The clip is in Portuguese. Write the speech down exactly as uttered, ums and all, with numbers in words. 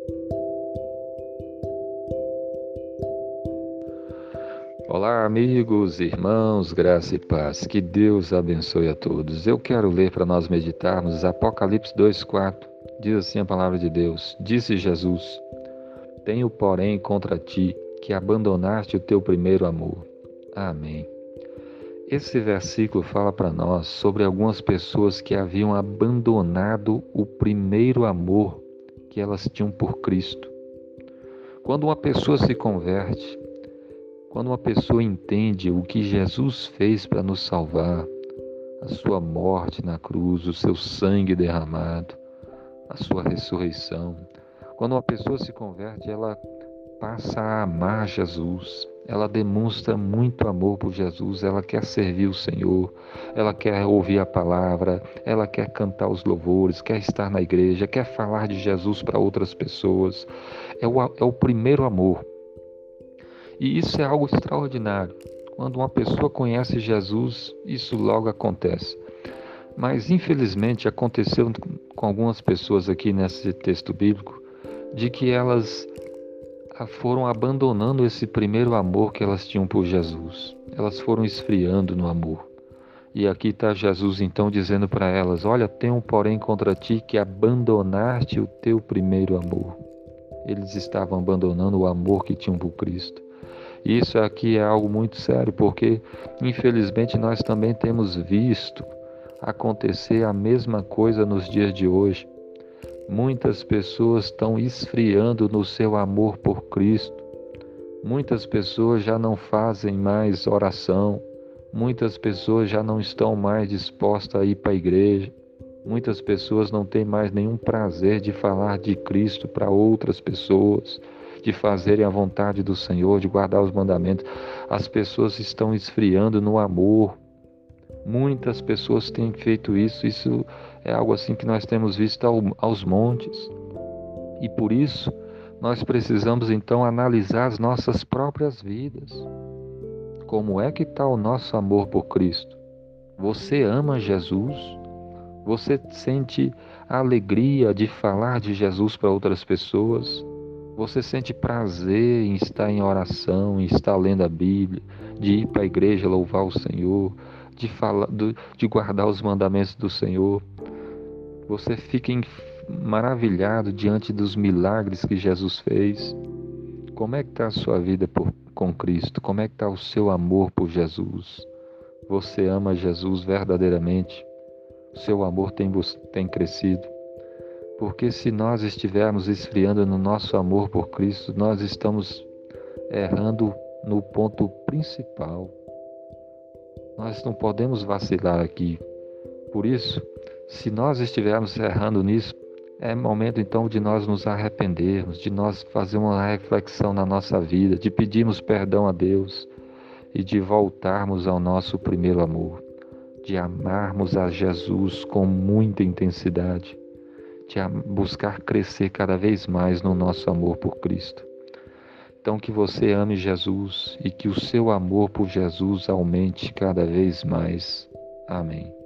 Olá, amigos, irmãos, graça e paz. Que Deus abençoe a todos. Eu quero ler para nós meditarmos Apocalipse dois, quatro. Diz assim a palavra de Deus: Disse Jesus: Tenho, porém, contra ti que abandonaste o teu primeiro amor. Amém. Esse versículo fala para nós sobre algumas pessoas que haviam abandonado o primeiro amor que elas tinham por Cristo. Quando uma pessoa se converte, quando uma pessoa entende o que Jesus fez para nos salvar, a sua morte na cruz, o seu sangue derramado, a sua ressurreição, quando uma pessoa se converte, ela passa a amar Jesus, ela demonstra muito amor por Jesus, ela quer servir o Senhor, ela quer ouvir a palavra, ela quer cantar os louvores, quer estar na igreja, quer falar de Jesus para outras pessoas. É o, é o primeiro amor. E isso é algo extraordinário. Quando uma pessoa conhece Jesus, isso logo acontece. Mas, infelizmente, aconteceu com algumas pessoas aqui nesse texto bíblico, de que elas foram abandonando esse primeiro amor que elas tinham por Jesus. Elas foram esfriando no amor. E aqui está Jesus então dizendo para elas: Olha, tenho porém contra ti que abandonaste o teu primeiro amor. Eles estavam abandonando o amor que tinham por Cristo. Isso aqui é algo muito sério, porque infelizmente nós também temos visto acontecer a mesma coisa nos dias de hoje. Muitas pessoas estão esfriando no seu amor por Cristo. Muitas pessoas já não fazem mais oração. Muitas pessoas já não estão mais dispostas a ir para a igreja. Muitas pessoas não têm mais nenhum prazer de falar de Cristo para outras pessoas, de fazerem a vontade do Senhor, de guardar os mandamentos. As pessoas estão esfriando no amor. Muitas pessoas têm feito isso. Isso é algo assim que nós temos visto aos montes. E por isso, nós precisamos então analisar as nossas próprias vidas. Como é que está o nosso amor por Cristo? Você ama Jesus? Você sente a alegria de falar de Jesus para outras pessoas? Você sente prazer em estar em oração, em estar lendo a Bíblia, de ir para a igreja louvar o Senhor, de, falar, de guardar os mandamentos do Senhor? Você fica maravilhado diante dos milagres que Jesus fez? Como é que está a sua vida por, com Cristo? Como é que está o seu amor por Jesus? Você ama Jesus verdadeiramente? O seu amor tem, tem crescido? Porque se nós estivermos esfriando no nosso amor por Cristo, nós estamos errando no ponto principal. Nós não podemos vacilar aqui. Por isso, se nós estivermos errando nisso, é momento então de nós nos arrependermos, de nós fazer uma reflexão na nossa vida, de pedirmos perdão a Deus e de voltarmos ao nosso primeiro amor, de amarmos a Jesus com muita intensidade, de buscar crescer cada vez mais no nosso amor por Cristo. Então que você ame Jesus e que o seu amor por Jesus aumente cada vez mais. Amém.